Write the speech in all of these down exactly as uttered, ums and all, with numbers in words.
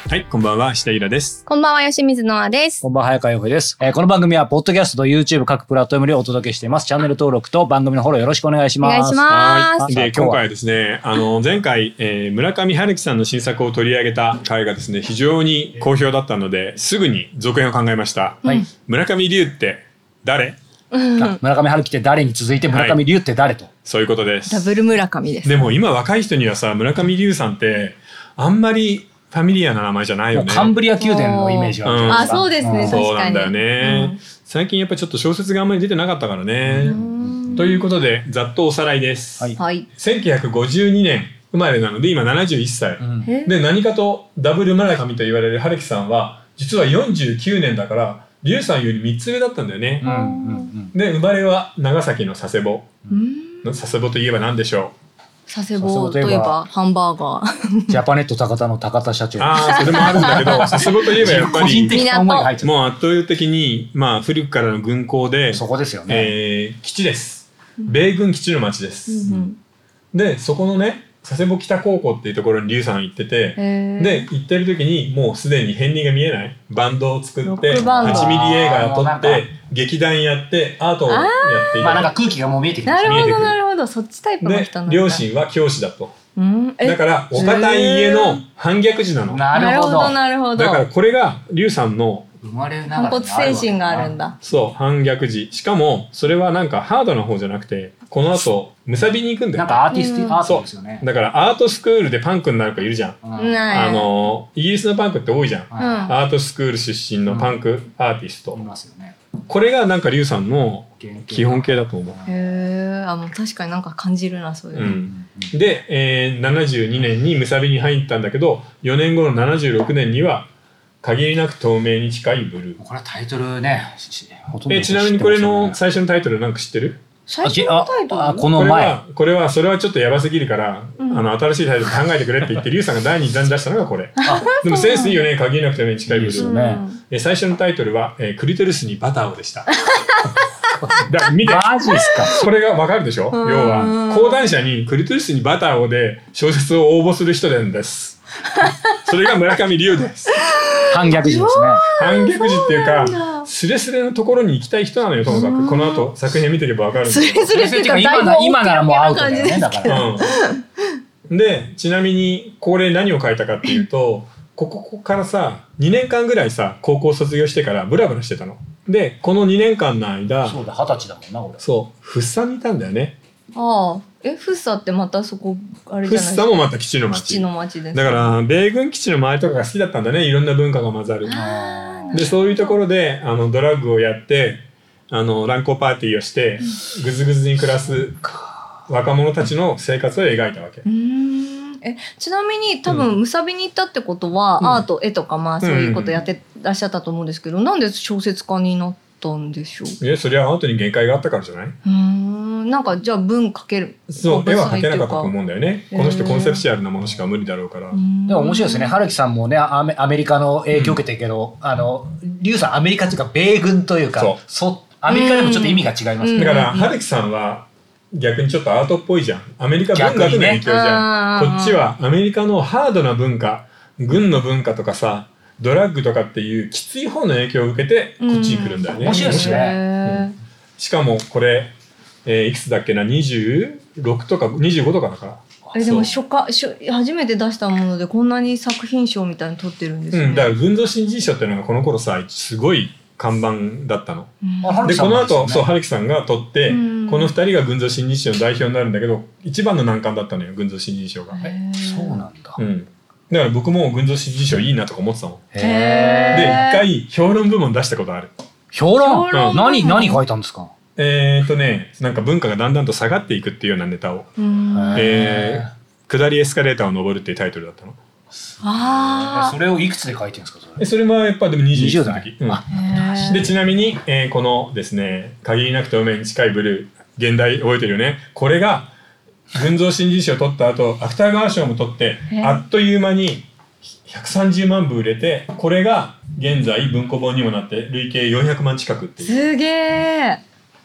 はい、こんばんは、下平です。 こんばんは、吉水のあです。 こんばんは、早川洋平です。えー、この番組は、ポッドキャストと YouTube 各プラットフォームでお届けしています。チャンネル登録と番組のフォローよろしくお願いします。 お願いします。 で、今回はですね、あの、前回、えー、村上春樹さんの新作を取り上げた回がですね、非常に好評だったので、すぐに続編を考えました。はい、村上龍って誰？ うん、村上春樹って誰に続いて村上龍って誰と、はい、 そういうことです。 ダブル村上です。 でも今若い人にはさ、村上龍さんってあんまりファミリアな名前じゃないよね。 カンブリア宮殿のイメージはある、 うん、あ、そうですね、うん、確かに。 そうなんだよね、うん、最近やっぱちょっと小説があんまり出てなかったからね。ということでざっとおさらいです、はい、せんきゅうひゃくごじゅうにねん生まれなので今ななじゅういっさい、うん、で何かとダブル村上と言われる春樹さんは実はよんじゅうきゅうねんだから龍さんよりみっつ上だったんだよね、うんうんうん、で生まれは長崎の佐世保、うん、佐世保といえば何でしょう。 佐世保といえばハンバーガージャパネット高田の高田社長。 ああ、それもあるんだけど佐世保といえばやっぱり個人的な思いが入っちゃう。 もう圧倒的に、まあ、古くからの軍港でそこですよね、 えー、基地です。米軍基地の町です、うん、でそこのね佐世保北高校っていうところに龍さん行ってて、で行ってる時にもうすでに片鱗が見えないバンドを作ってはちミリ映画を撮って劇団やってアートをやっていた。 まあなんか空気がもう見えてきました。 なるほどなるほど、そっちタイプの人なんだ。 で両親は教師だと、うん、だからお堅い家の反逆児なの。 なるほどなるほど。 だからこれが龍さんの生まれ反骨精神があるんだ。 そう、反逆児。しかもそれはなんかハードな方じゃなくてこの後むさびに行くんだよ。 なんかアーティスティアートですよね。 だからアートスクールでパンクになる子いるじゃん、うん、あのイギリスのパンクって多いじゃん、うん、アートスクール出身のパンクアーティスト、うん、いますよね。これがなんか龍さんの基本形だと思う。 へー、あ、もう確かになんか感じるなそういうの、うん、 で、えー、ななじゅうにねんにむさびに入ったんだけどよねんごのななじゅうろくねんには限りなく透明に近いブルー。 これはタイトルねほとんど、ね、えちなみにこれの最初のタイトルなんか知ってる？ 最初のタイトル？ ああこの前これはこれはそれはちょっとやばすぎるから、うん、あの新しいタイトル考えてくれって言って龍さんがだいにだんに出したのがこれでもセンスいいよね、限りなく透明に近いブルー、いいですね。え最初のタイトルは、えー、クリトリスにバターをでしただ見てマジですか。 これがわかるでしょ。要は講談社にクリトリスにバターをで小説を応募する人なんですそれが村上龍です。 反逆児ですね。 反逆児っていうかスレスレのところに行きたい人なのよ。ともかくこの後作品見ていけばわかるんですけど、スレスレっていうか今な今ならもうアウトだよね。だから、 うん、でちなみにこれ何を書いたかっていうとここからさにねんかんぐらいさ高校卒業してからブラブラしてたので、このにねんかんの間そうだ二十歳だもんな俺。 そうフッサにいたんだよね。 ああ、えフッサってまたそこあれじゃないですか。 フッサもまた基地の町。 基地の町です。 だから米軍基地の周りとかが好きだったんだね。いろんな文化が混ざる。でそういうところであのドラッグをやってあの乱交パーティーをしてぐずぐずに暮らす若者たちの生活を描いたわけ。 うーん、えちなみに多分むさびに行ったってことは、うん、アート絵とかまあそういうことやってらっしゃったと思うんですけど、うん、なんで小説家になったんでしょう。 いやそれはアートに限界があったからじゃない。 うーん、なんかじゃあ文描ける。 そう絵は描けなかったと思うんだよね。この人コンセプチュアルなものしか無理だろうから。でも面白いですね。春樹さんもねアメ、アメリカの影響を受けてるけど、うん、あの龍さんアメリカというか米軍というかそうそアメリカでもちょっと意味が違いますね。 だから春樹さんは逆にちょっとアートっぽいじゃん。アメリカ文学の影響じゃん、ね、こっちはアメリカのハードな文化、軍の文化とかさドラッグとかっていうきつい方の影響を受けてこっちに来るんだよね。 面白いですね、 うん、しかもこれ、えー、いくつだっけなにじゅうろくとかにじゅうごとかだから。 えでも初夏初初めて出したものでこんなに作品賞みたいに取ってるんですね、 うん、だから群像新人賞っていうのがこの頃さすごい看板だったの、うん、でこの後、ね、そう春樹さんが取って、うん、このふたりが群像新人賞の代表になるんだけど一番の難関だったのよ群像新人賞が。 えそうなんだ、 うん、だから僕も群像新人賞いいなとか思ってたもん。へで一回評論部門出したことある。 評論、うん、何何書いたんですか。 えーっとねなんか文化がだんだんと下がっていくっていうようなネタを、えー、下りエスカレーターを登るっていうタイトルだったの。 あそれをいくつで書いてるんですか。それそれもやっぱでもにじゅう代の時、うん、でちなみに、えー、このですね限りなく透明に近いブルー現代覚えてるよね。これが群像新人賞を取った後芥川賞も取ってあっという間にひゃくさんじゅうまんぶ売れてこれが現在文庫本にもなって累計よんひゃくまん近くっていう。 すげー。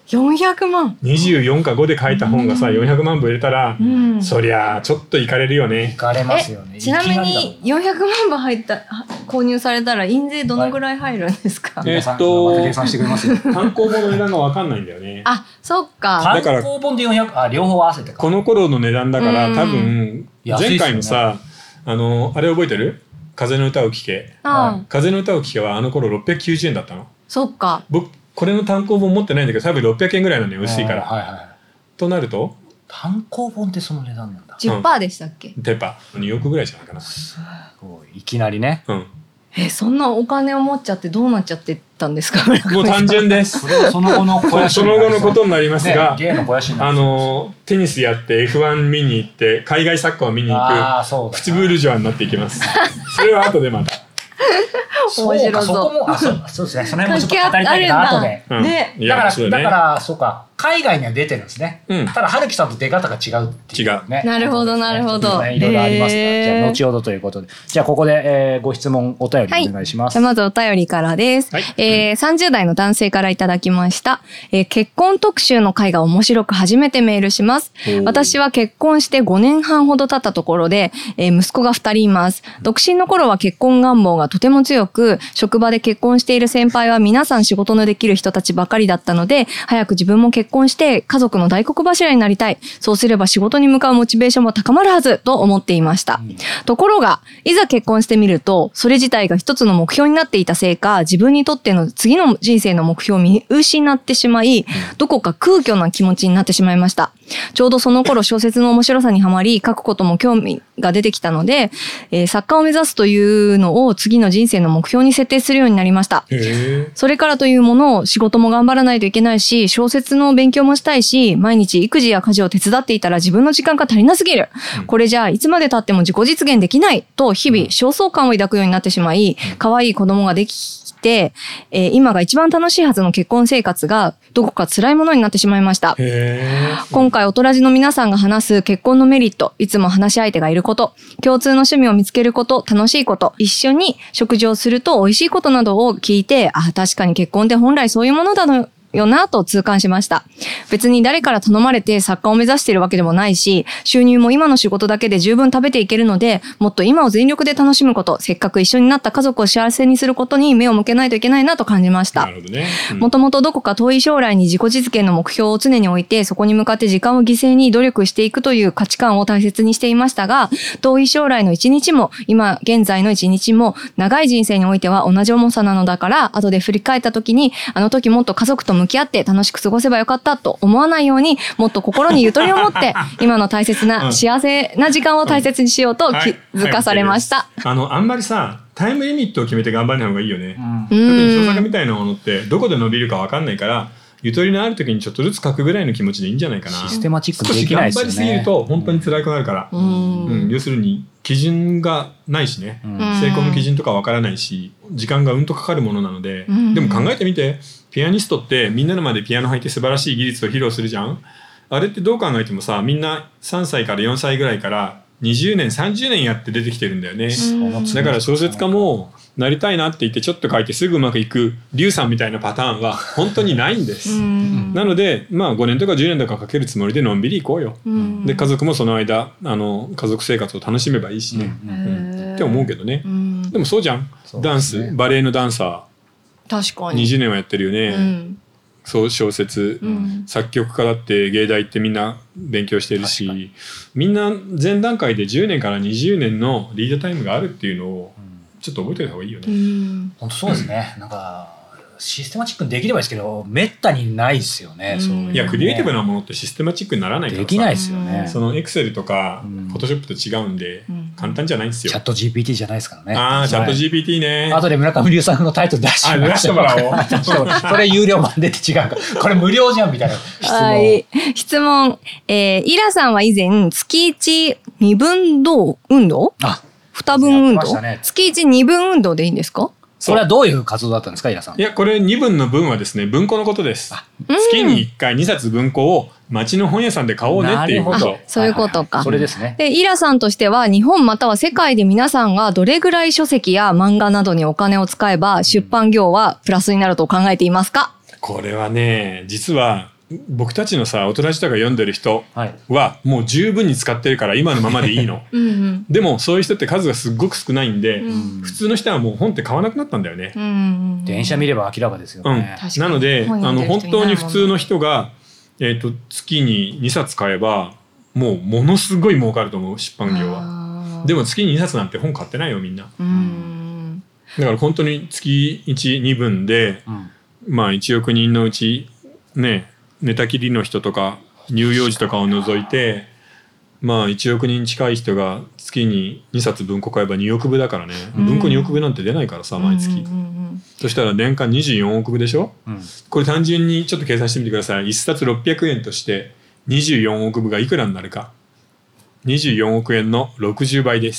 よんひゃくまん。 にじゅうよんかごで書いた本がさ、うん、よんひゃくまんぶ売れたら、うん、そりゃちょっといかれるよね。 いかれますよね。 ちなみによんひゃくまんぶ入った購入されたら印税どのぐらい入るんですか？ えー、っと計算してくれますよ。 単行本の値段が分かんないんだよね。 あ、そっか。 単行本でよんひゃく、あ、両方合わせてか。 この頃の値段だから、うん、多分前回のさ、あのあれ覚えてる？風の歌を聴け。あ、風の歌を聴けはあの頃ろっぴゃくきゅうじゅうえんだったの。 そっか。 僕これの単行本持ってないんだけど多分ろっぴゃくえんぐらいなのよ、薄いから、はいはい、となると単行本ってその値段なんだ。 じゅっパーセント でしたっけ？ テパにおくぐらいじゃないかな。 すごい、いきなりね、 うん、 えそんなお金を持っちゃってどうなっちゃってたんですか？ もう単純ですそれはその後のその後のことになりますが、ね、あのテニスやって エフワン 見に行って海外サッカーを見に行くプチブールジョアになっていきますそれは後でまた面白そう。 そこも、あ、そう、そうですね。その辺もちょっと語りたいけど後で。 うん、ね。 だから、ね、だからそうか。海外には出てるんですね。うん、ただ春樹さんと出方が違うっていう、ね。 違う。 なるほどなるほど。 いろいろありますが、じゃあ後ほどということで、じゃあここで、えー、ご質問お便りお願いします。 はい、まずお便りからです。はい、えー、さんじゅう代の男性からいただきました。えー、結婚特集の回が面白く初めてメールします。私は結婚してごねんはんほど経ったところで、えー、息子がふたりいます。独身の頃は結婚願望がとても強く、職場で結婚している先輩は皆さん仕事のできる人たちばかりだったので、早く自分も結婚して家族の大黒柱になりたい。そうすれば仕事に向かうモチベーションも高まるはずと思っていました。うん、ところが、いざ結婚してみると、それ自体が一つの目標になっていたせいか、自分にとっての次の人生の目標を見失ってしまい、どこか空虚な気持ちになってしまいました。ちょうどその頃小説の面白さにはまり、書くことも興味が出てきたので、えー、作家を目指すというのを次の人生の目標に設定するようになりました。それからというものを仕事も頑張らないといけないし、小説の勉強もしたいし、毎日育児や家事を手伝っていたら自分の時間が足りなすぎる。うん、これじゃあいつまで経っても自己実現できないと日々焦燥感を抱くようになってしまい、可愛い子供ができて、えー、今が一番楽しいはずの結婚生活がどこか辛いものになってしまいました。今回おとらじの皆さんが話す結婚のメリット、いつも話し相手がいること、共通の趣味を見つけること、楽しいこと、一緒に食事をすると美味しいことなどを聞いて、あ、確かに結婚って本来そういうものだのよなと痛感しました。別に誰から頼まれて作家を目指しているわけでもないし、収入も今の仕事だけで十分食べていけるので、もっと今を全力で楽しむこと、せっかく一緒になった家族を幸せにすることに目を向けないといけないなと感じました。 なるほどね。うん、 もともとどこか遠い将来に自己実現の目標を常に置いて、そこに向かって時間を犠牲に努力していくという価値観を大切にしていましたが、遠い将来の一日も今現在の一日も長い人生においては同じ重さなのだから、後で振り返った時に、あの時もっと家族と向き合って楽しく過ごせばよかったと思わないように、もっと心にゆとりを持って今の大切な、うん、幸せな時間を大切にしようと気づかされました。はいはい、 あのあんまりさタイムリミットを決めて頑張らない方がいいよね。うん、特に創作みたいなものってどこで伸びるか分かんないから、ゆとりのある時にちょっとずつ書くぐらいの気持ちでいいんじゃないかな。 システマチックできないですよね。 少し頑張りすぎると本当に辛くなるから、うんうん、要するに基準がないしね、うん、成功の基準とか分からないし、時間がうんとかかるものなので、うん、でも考えてみて、ピアニストってみんなの前でピアノ弾いて素晴らしい技術を披露するじゃん。あれってどう考えてもさ、みんなさんさいからよんさいぐらいからにじゅうねんさんじゅうねんやって出てきてるんだよね。だから小説家もなりたいなって言ってちょっと書いてすぐうまくいくリュウさんみたいなパターンは本当にないんです。なのでまあごねんとかじゅうねんとかかけるつもりでのんびり行こうよ。で家族もその間あの家族生活を楽しめばいいしね、うんうん、って思うけどね。でもそうじゃん、ダンス、バレエのダンサー確かににじゅうねんはやってるよね。うん、そう小説、うん、作曲家だって芸大ってみんな勉強してるし、みんな前段階でじゅうねんからにじゅうねんのリードタイムがあるっていうのをちょっと覚えておいた方がいいよね。うん、 本当そうですね。なんかシステマチックにできればいいですけど、めったにないですよね。うん、そういうね。 いやクリエイティブなものってシステマチックにならないからさ。 できないですよね。 そのエクセルとかフォトショップと違うんで、うん、簡単じゃないんですよ。 チャット ジーピーティー じゃないですからね。 ああチャット ジーピーティー ね。 後で村上龍さんのタイトル出してもらしてもらおう。それ有料版でって違うか。これ無料じゃんみたいな質問。はい、 質問、えー、イラさんは以前月いち二分動運動？あ、二分運動？ね、月いち二分運動でいいんですか？ それはどういう活動だったんですか、イラさん。 いや、これにぶんの文はですね、文庫のことです。月にいっかいにさつ文庫を町の本屋さんで買おうねっていうこと。 そういうことか。 それですね。 で、イラさんとしては、日本または世界で皆さんがどれぐらい書籍や漫画などにお金を使えば、出版業はプラスになると考えていますか？ これはね、実は僕たちのさ大人たちとか読んでる人はもう十分に使ってるから今のままでいいのうん、うん、でもそういう人って数がすっごく少ないんで、うん、普通の人はもう本って買わなくなったんだよね、うん、 電車見れば明らかですよね、 うん、なのであの本当に普通の人が、えーと、月ににさつ買えばもうものすごい儲かると思う出版業は。でも月ににさつなんて本買ってないよみんな、うん、だから本当に月いち、にぶんで、うん、まあいちおく人のうちね寝たきりの人とか乳幼児とかを除いてまあいちおく人近い人が月ににさつ文庫買えばにおくぶだからね、うん、文庫におくぶなんて出ないからさ毎月、うんうんうん、そしたら年間にじゅうよんおくぶでしょ、うん、これ単純にちょっと計算してみてください。いっさつろっぴゃくえんとしてにじゅうよんおくぶがいくらになるか。にじゅうよんおくえんのろくじゅうばいです。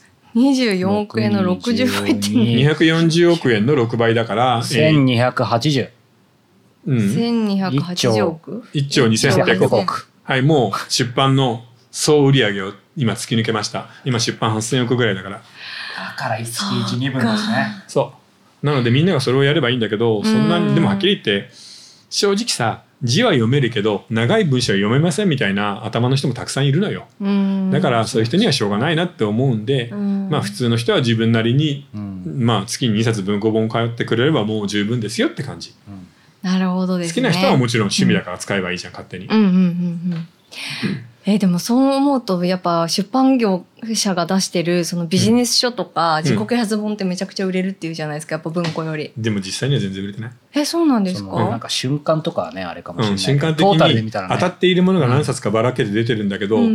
にじゅうよんおくえんのろくじゅうばいってにひゃくよんじゅうおくえんのろくばいだからせんにひゃくはちじゅう、 うん、せんにひゃくはちじゅうおくいっちょうにせんはっぴゃくおく、はい、もう出版の総売上を今突き抜けました。今出版はっせんおくぐらいだから。だからいちがついち、にぶんですね。 そうなのでみんながそれをやればいいんだけど、そんなにでもはっきり言って正直さ字は読めるけど長い文章は読めませんみたいな頭の人もたくさんいるのよ。だからそういう人にはしょうがないなって思うんで、まあ普通の人は自分なりに、まあ月ににさつ文庫本を通ってくれればもう十分ですよって感じ。 なるほどですね。 好きな人はもちろん趣味だから使えばいいじゃん、うん、勝手に。 うんうんうんうん。えー、でもそう思うとやっぱ出版業者が出してるそのビジネス書とか自己啓発本ってめちゃくちゃ売れるっていうじゃないですか、やっぱ文庫より。 でも実際には全然売れてない。 え、そうなんですか。 なんか瞬間とかはねあれかもしれない、うん、 瞬間的に当たっているものが何冊かばらけて出てるんだけど、うん、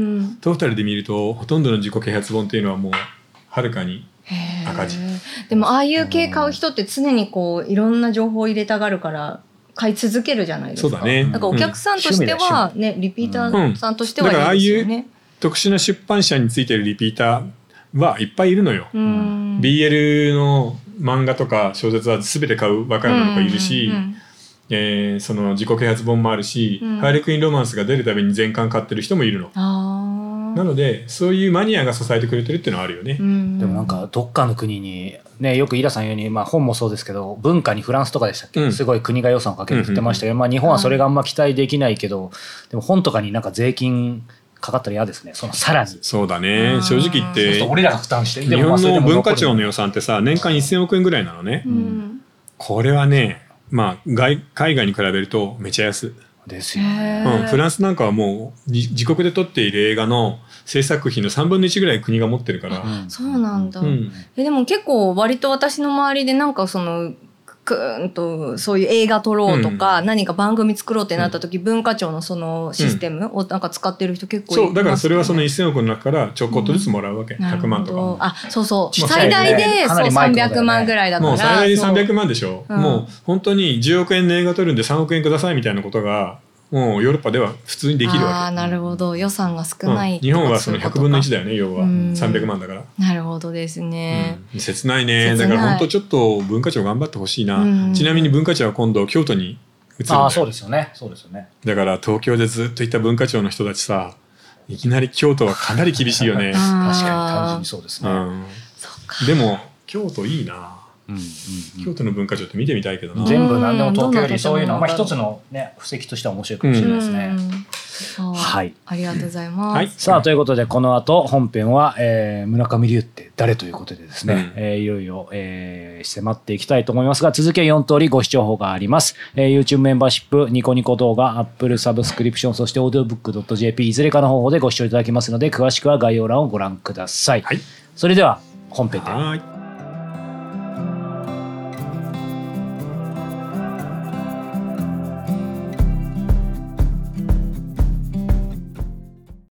トータルで見るとほとんどの自己啓発本っていうのはもうはるかに赤字。 でもああいう系買う人って常にこういろんな情報を入れたがるから買い続けるじゃないですか。 そうだね。 なんかお客さんとしてはね、うん、リピーターさんとしてはいいですよね、うん、だからああいう特殊な出版社についてるリピーターはいっぱいいるのよ。 ビーエル の漫画とか小説は全て買う若い者がいるし、うんうんうん、えー、その自己啓発本もあるし、うん、ハーレクインロマンスが出るたびに全巻買ってる人もいるの。あなのでそういうマニアが支えてくれてるっていうのはあるよね。 でもなんかどっかの国にね、よくイラさん言うように、まあ、本もそうですけど文化にフランスとかでしたっけ、うん、すごい国が予算をかけるって言ってましたけど、うんうんうん、まあ、日本はそれがあんま期待できないけど、でも本とかになんか税金かかったら嫌ですね。そのさらにそうだね。正直言って俺らが負担して日本の文化庁の予算ってさ年間せんおくえんぐらいなのね、うん、これはね、まあ、外海外に比べるとめちゃ安ですよね、 うん、フランスなんかはもう自国で撮っている映画の制作費のさんぶんのいちぐらい国が持ってるから、 うん、そうなんだ、うん、えでも結構割と私の周りでなんかそのくーんとそういう映画撮ろうとか、うん、何か番組作ろうってなった時、うん、文化庁のそのシステムをなんか使ってる人結構います、ね、 そうだからそれはそのせんおくの中からちょこっとずつもらうわけ、うん、ひゃくまんとかも。 あそうそう最大でそうさんびゃくまんぐらいだからもう最大でさんびゃくまんでしょ、うん、もう本当にじゅうおくえんの映画撮るんでさんおくえんくださいみたいなことがもうヨーロッパでは普通にできるわけ。 あなるほど、予算が少ない、うん、 日本はそのひゃくぶんのいちだよね要はさんびゃくまんだから。 なるほどですね、 うん、切ないね。だから本当ちょっと文化庁頑張ってほしいな、うん、ちなみに文化庁は今度京都に移るんだよ。 あそうですよねそうですよね。 だから東京でずっといた文化庁の人たちさいきなり京都はかなり厳しいよね確かに単純にそうですね、うん、 そっか。でも京都いいな、うんうんうん、京都の文化庁って見てみたいけどな。 全部何でも東京よりそういうのはまあ一つのね布石としては面白いかもしれないですね、 うん、はいありがとうございます、はい、 さあということでこの後本編は、えー、村上龍って誰ということでですね、うんえー、いよいよ、えー、迫っていきたいと思いますが続きはよん通りご視聴法があります、えー、YouTube メンバーシップニコニコ動画 Apple サブスクリプションそして オーディオブックドットジェーピー いずれかの方法でご視聴いただけますので詳しくは概要欄をご覧ください、はい、それでは本編で。はい